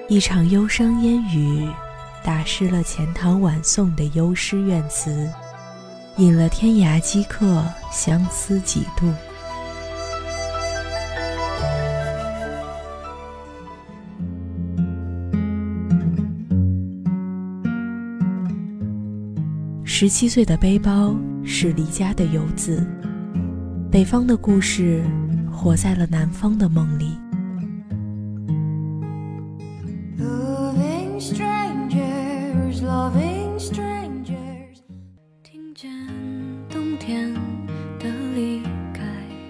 一场忧伤烟雨，打湿了钱塘晚送的幽诗怨词，引了天涯饥客相思几度。17岁的背包是离家的游子，北方的故事活在了南方的梦里。 听见冬天的离开，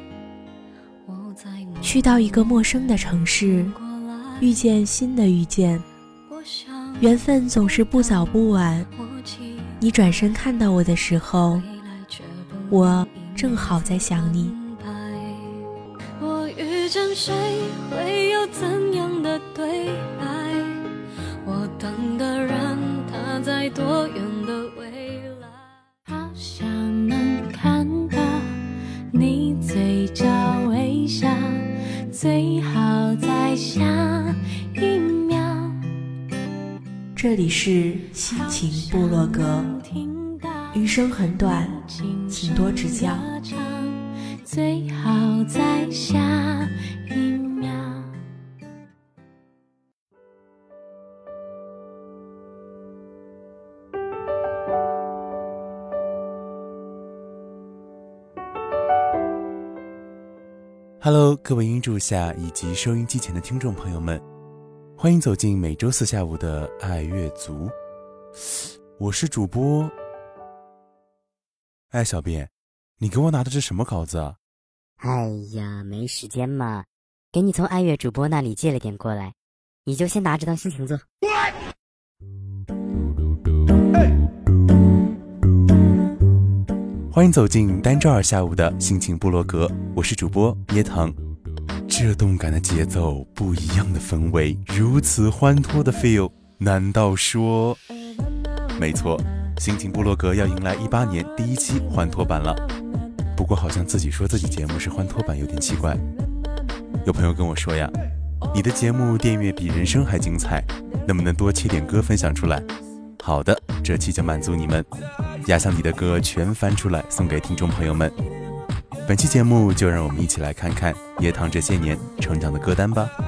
去到一个陌生的城市，遇见新的遇见，缘分总是不早不晚。你转身看到我的时候，我正好在想你。 我遇见谁会有怎样的对白？我等的人他在多远的未来？好想能看到你嘴角微笑，最好在下一秒。 这里是心情部落格，余生很短，请多指教。 最好在下一秒。 Hello， 各位音柱下以及收音机前的听众朋友们，欢迎走进每周四下午的爱阅读，我是主播。哎，小编，你给我拿的是什么稿子啊？ 哎呀，没时间嘛，给你从爱乐主播那里借了点过来，你就先拿着当心情做。 欢迎走进单周二下午的心情部落格，我是主播椰糖。这动感的节奏，不一样的氛围，如此欢脱的 feel， 难道说……没错，心情部落格要迎来18年第一期欢脱版了。不过好像自己说自己节目是欢脱版有点奇怪。有朋友跟我说呀，你的节目电乐比人声还精彩，能不能多切点歌分享出来？好的，这期就满足你们，压箱底的歌全翻出来送给听众朋友们。本期节目就让我们一起来看看椰糖这些年成长的歌单吧。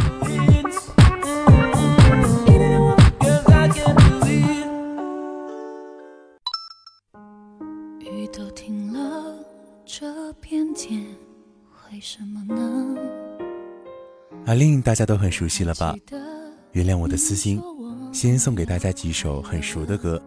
雨都停了，这片天为什么呢？ 阿令大家都很熟悉了吧？原谅我的私心，先送给大家几首很熟的歌。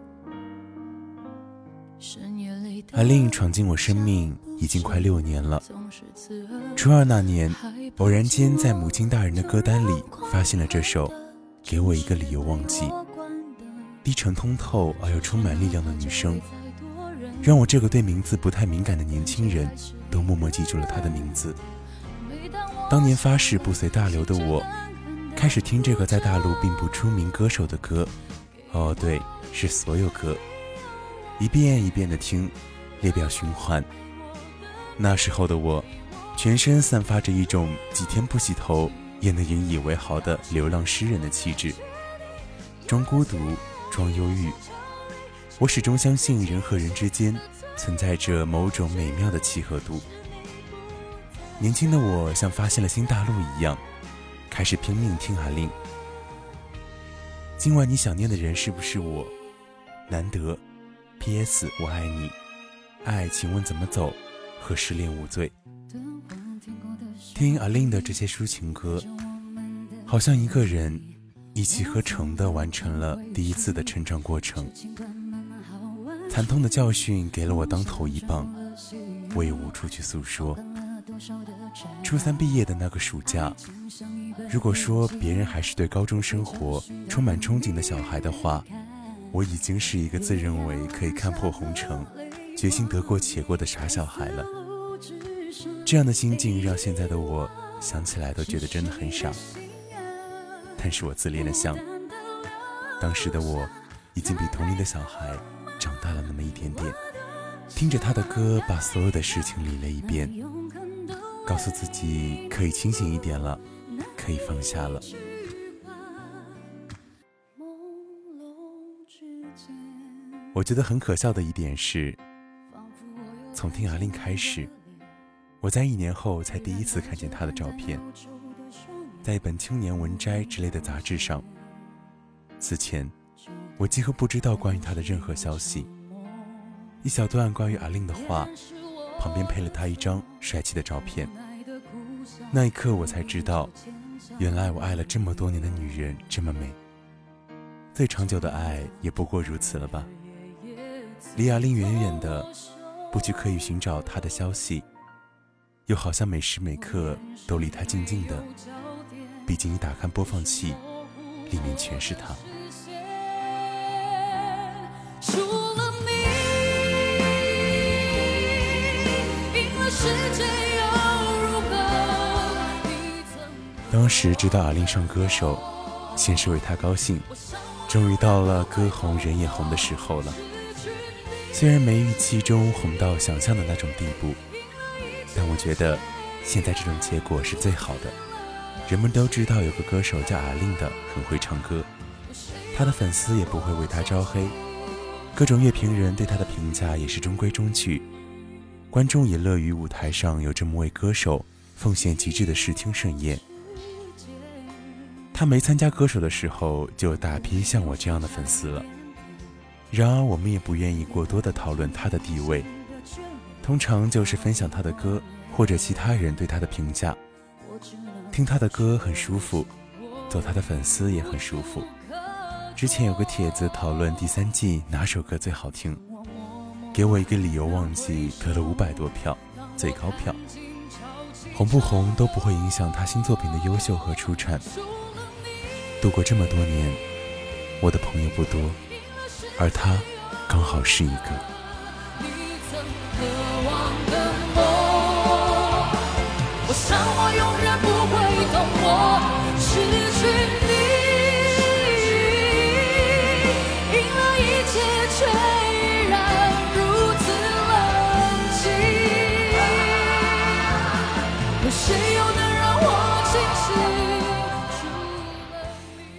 阿令闯进我生命已经快6年了。初二那年，偶然间在母亲大人的歌单里发现了这首《给我一个理由忘记》。低沉通透而又充满力量的女声，让我这个对名字不太敏感的年轻人都默默记住了她的名字。当年发誓不随大流的我，开始听这个在大陆并不出名歌手的歌。哦对，是所有歌，一遍一遍的听，列表循环。那时候的我，全身散发着一种几天不洗头也能引以为豪的流浪诗人的气质，装孤独，装忧郁。我始终相信人和人之间存在着某种美妙的契合度。年轻的我像发现了新大陆一样，开始拼命听阿令。今晚你想念的人是不是我？难得 PS 我爱你，爱请问怎么走和失恋无罪。听阿令的这些抒情歌，好像一个人一气呵成地完成了第一次的成长过程。惨痛的教训给了我当头一棒，我也无处去诉说。初3毕业的那个暑假，如果说别人还是对高中生活充满憧憬的小孩的话，我已经是一个自认为可以看破红尘，决心得过且过的傻小孩了。这样的心境让现在的我想起来都觉得真的很傻，但是我自恋的想，当时的我已经比同龄的小孩长大了那么一点点，听着他的歌，把所有的事情理了一遍，告诉自己可以清醒一点了，可以放下了。 我觉得很可笑的一点是，从听阿令开始，我在1年后才第一次看见她的照片，在一本青年文摘之类的杂志上。此前我几乎不知道关于她的任何消息。一小段关于阿令的话，旁边配了她一张帅气的照片。那一刻我才知道，原来我爱了这么多年的女人这么美。最长久的爱也不过如此了吧。离阿令远远的，不去刻意寻找她的消息，又好像每时每刻都离她静静的。毕竟一打开播放器，里面全是她。 除了你，因为世界又如何？ 当时知道阿令上歌手，先是为她高兴，终于到了歌红人也红的时候了。虽然没预期中红到想象的那种地步，但我觉得现在这种结果是最好的。人们都知道有个歌手叫阿令的很会唱歌，他的粉丝也不会为他招黑，各种乐评人对他的评价也是中规中矩，观众也乐于舞台上有这么位歌手奉献极致的视听盛宴。他没参加歌手的时候就有大批像我这样的粉丝了。然而我们也不愿意过多的讨论他的地位，通常就是分享他的歌或者其他人对他的评价。听他的歌很舒服，做他的粉丝也很舒服。之前有个帖子讨论第3季哪首歌最好听，给我一个理由忘记，得了500多票，最高票。红不红都不会影响他新作品的优秀和出产。度过这么多年，我的朋友不多，而他刚好是一个。 我想我永远不会懂，我失去你，因为一切却依然如此冷清。有谁又能让我清醒？除了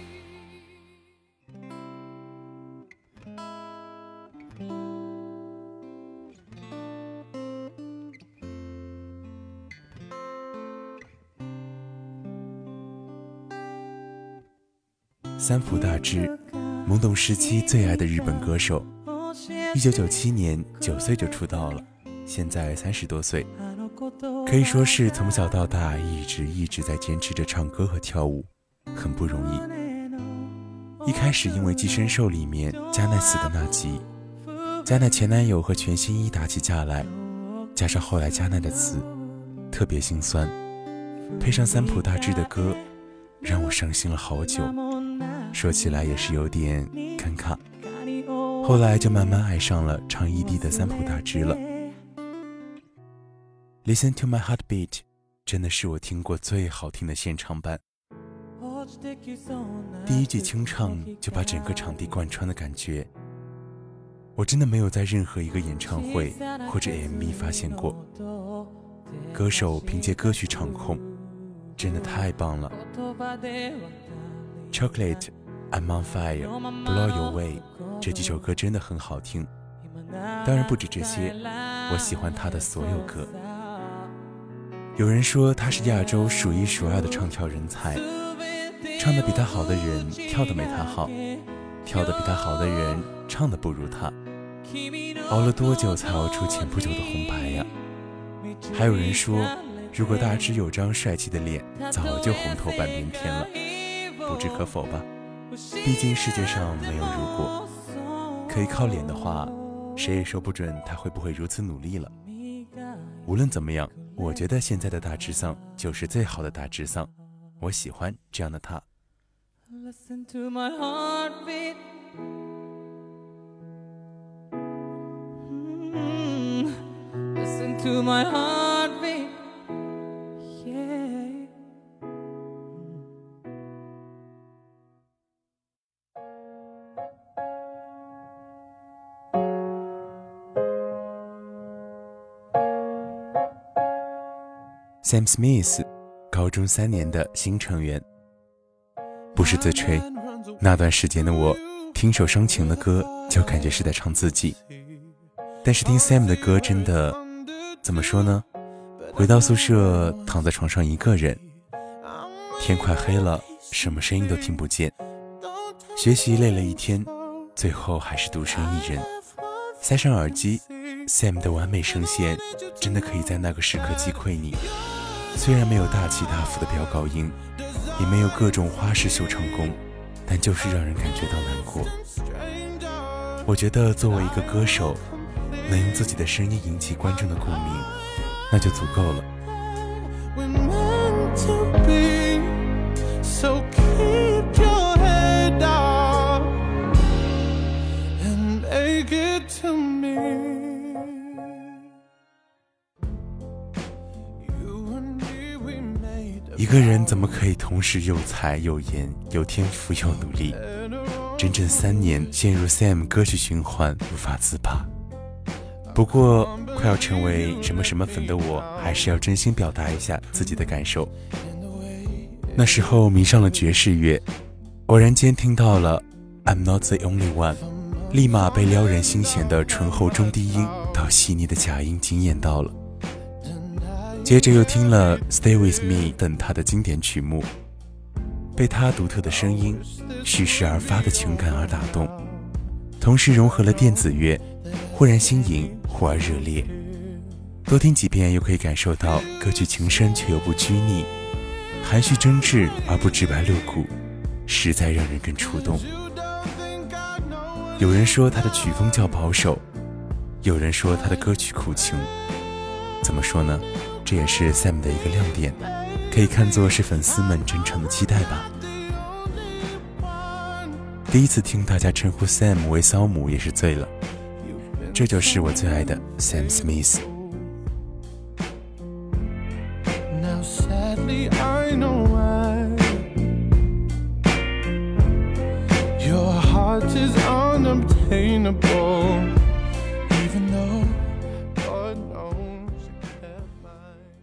三浦大知，懵懂时期最爱的日本歌手。1997年9岁就出道了，现在30多岁，可以说是从小到大一直在坚持着唱歌和跳舞，很不容易。一开始因为《寄生兽》里面加奈死的那集，加奈前男友和全新一打起架来，加上后来加奈的词，特别心酸，配上三浦大知的歌，让我伤心了好久。说起来也是有点尴尬，后来就慢慢爱上了唱ED的三浦大知了。 Listen to my heartbeat 真的是我听过最好听的现场版，第一句清唱就把整个场地贯穿的感觉，我真的没有在任何一个演唱会或者 MV 发现过。歌手凭借歌曲场控，真的太棒了。 Chocolate I'm on fire Blow your way 这几首歌真的很好听，当然不止这些，我喜欢他的所有歌。有人说他是亚洲数一数二的唱跳人才，唱得比他好的人跳得没他好，跳得比他好的人唱得不如他，熬了多久才熬出前不久的红白呀？还有人说，如果大知有张帅气的脸，早就红透半边天了。不置可否吧，毕竟世界上没有如果。可以靠脸的话，谁也说不准他会不会如此努力了。无论怎么样，我觉得现在的大知桑就是最好的大知桑，我喜欢这样的他。 Listen to my heartbeat. Listen to my heartbeat. Yeah. Sam Smith 高中3年的新成员。不是自吹，那段时间的我听首伤情的歌就感觉是在唱自己。但是听 Sam 的歌真的怎么说呢，回到宿舍躺在床上一个人，天快黑了，什么声音都听不见，学习累了一天，最后还是独身一人，塞上耳机， Sam 的完美声线真的可以在那个时刻击溃你。虽然没有大起大伏的飙高音，也没有各种花式秀唱功，但就是让人感觉到难过。我觉得作为一个歌手，能用自己的声音引起观众的共鸣，那就足够了。一个人怎么可以同时又才又颜又天赋又努力？整整3年陷入 Sam 歌曲循环无法自拔。不过快要成为什么什么粉的我，还是要真心表达一下自己的感受。那时候迷上了爵士乐，偶然间听到了 I'm Not the Only One， 立马被撩人心弦的醇厚中低音到细腻的假音惊艳到了。接着又听了 Stay With Me 等他的经典曲目，被他独特的声音、蓄势而发的情感而打动，同时融合了电子乐，忽然新颖，忽而热烈。多听几遍又可以感受到歌曲情深却又不拘泥，含蓄真挚而不直白露骨，实在让人更触动。有人说他的曲风较保守，有人说他的歌曲苦情。怎么说呢，这也是 Sam 的一个亮点，可以看作是粉丝们真诚的期待吧。第一次听大家称呼 Sam 为骚姆也是醉了，这就是我最爱的 Sam Smith。 Now sadly I know why your heart is unobtainable, even though God knows you kept mine.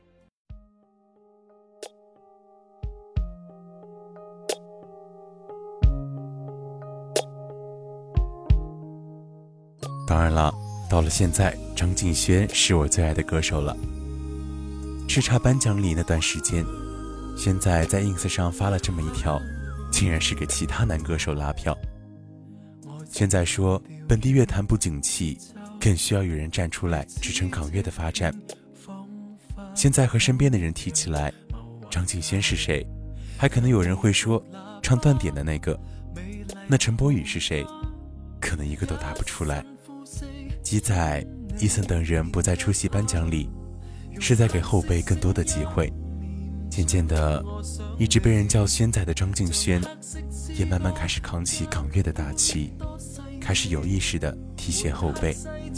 当然了，到了现在，张敬轩是我最爱的歌手了。叱咤颁奖礼那段时间，现在在 ins 上发了这么一条，竟然是给其他男歌手拉票。现在说本地乐坛不景气，更需要有人站出来支撑港乐的发展。现在和身边的人提起来，张敬轩是谁，还可能有人会说唱断点的那个。那陈柏宇是谁，可能一个都答不出来。鸡仔、伊森等人不再出席颁奖礼，是在给后辈更多的机会。渐渐的，一直被人叫轩仔的张敬轩也慢慢开始扛起港乐的大旗，开始有意识地提携后辈。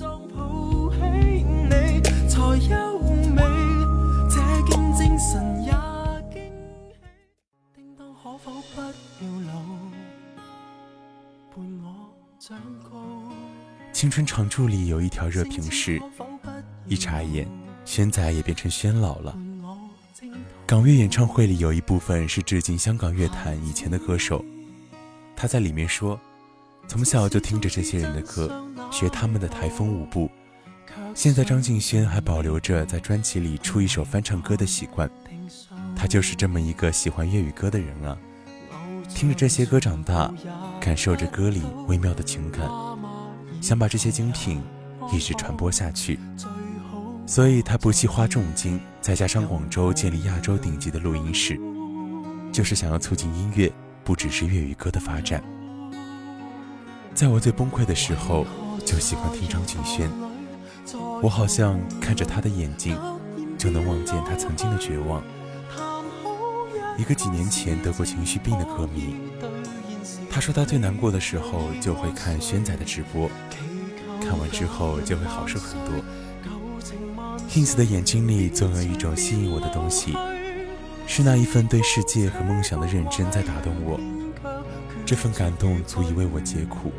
青春常驻里有一条热评是，一眨眼轩仔也变成轩老了。港乐演唱会里有一部分是致敬香港乐坛以前的歌手，他在里面说，从小就听着这些人的歌，学他们的台风舞步。现在张敬轩还保留着在专辑里出一首翻唱歌的习惯，他就是这么一个喜欢粤语歌的人啊。听着这些歌长大，感受着歌里微妙的情感，想把这些精品一直传播下去，所以他不惜花重金在家乡广州建立亚洲顶级的录音室，就是想要促进音乐不只是粤语歌的发展。在我最崩溃的时候，就喜欢听张敬轩，我好像看着他的眼睛，就能望见他曾经的绝望。一个几年前得过情绪病的歌迷，他说他最难过的时候就会看轩仔的直播，看完之后就会好受很多。Hinz 的眼睛里总有一种吸引我的东西，是那一份对世界和梦想的认真在打动我，这份感动足以为我解苦。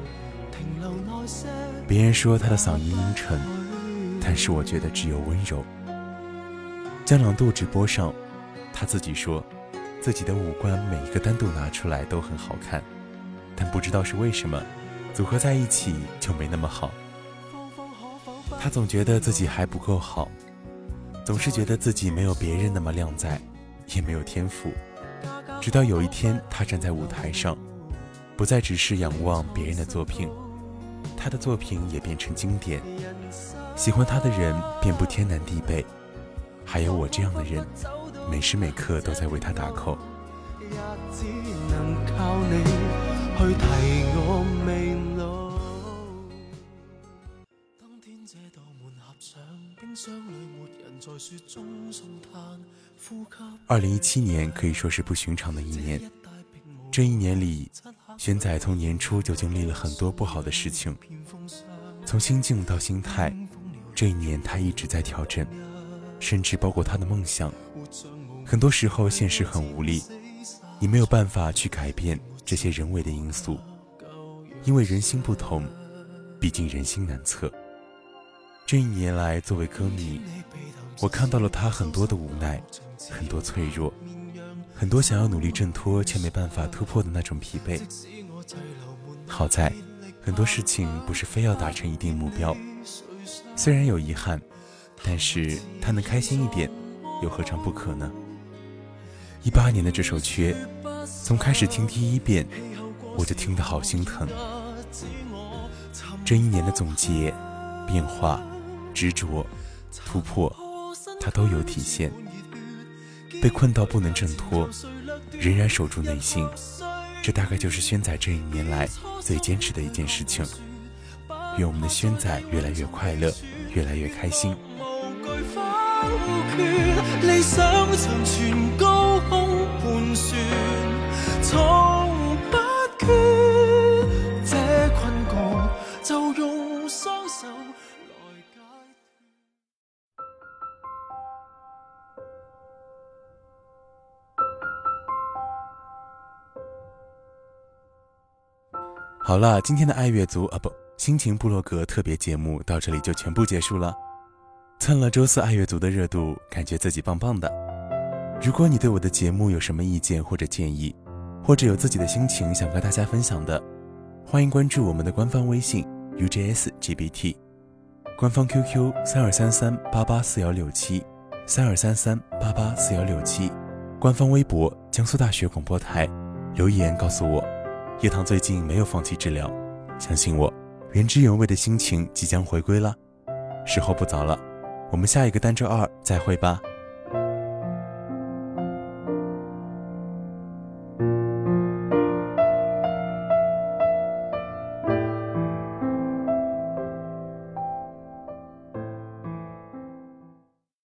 别人说他的嗓音阴沉，但是我觉得只有温柔。江朗度直播上，他自己说自己的五官每一个单独拿出来都很好看，但不知道是为什么， 组合在一起就没那么好。他总觉得自己还不够好，总是觉得自己没有别人那么靓仔，也没有天赋。直到有一天，他站在舞台上，不再只是仰望别人的作品，他的作品也变成经典，喜欢他的人遍布天南地北，还有我这样的人，每时每刻都在为他打 call。 也只能靠你去提我未老。当天这道门合上，冰箱里没人在雪中送炭，呼吸。 2017年可以说是不寻常的一年，这一年里，轩仔从年初就经历了很多不好的事情，从心境到心态，这一年他一直在调整，甚至包括他的梦想。很多时候现实很无力，你没有办法去改变这些人为的因素，因为人心不同，毕竟人心难测。这一年来，作为歌迷，我看到了他很多的无奈，很多脆弱，很多想要努力挣脱却没办法突破的那种疲惫。好在很多事情不是非要达成一定目标，虽然有遗憾，但是他能开心一点，又何尝不可呢？18年的这首缺，从开始听第一遍，我就听得好心疼。这一年的总结、变化、执着、突破，它都有体现。被困到不能挣脱，仍然守住内心，这大概就是轩仔这一年来最坚持的一件事情。愿我们的轩仔越来越快乐，越来越开心。 理想像全高空盤旋，從不缺這困局，就用雙手來解好了，今天的爱乐族心情部落格特别节目到这里就全部结束了。蹭了周四爱乐族的热度，感觉自己棒棒的。如果你对我的节目有什么意见或者建议，或者有自己的心情想跟大家分享的，欢迎关注我们的官方微信 UJSGBT， 官方 QQ 3233884167 3233884167，官方微博江苏大学广播台，留言告诉我，叶棠最近没有放弃治疗，相信我，原汁原味的心情即将回归了。时候不早了，我们下一个单周2再会吧。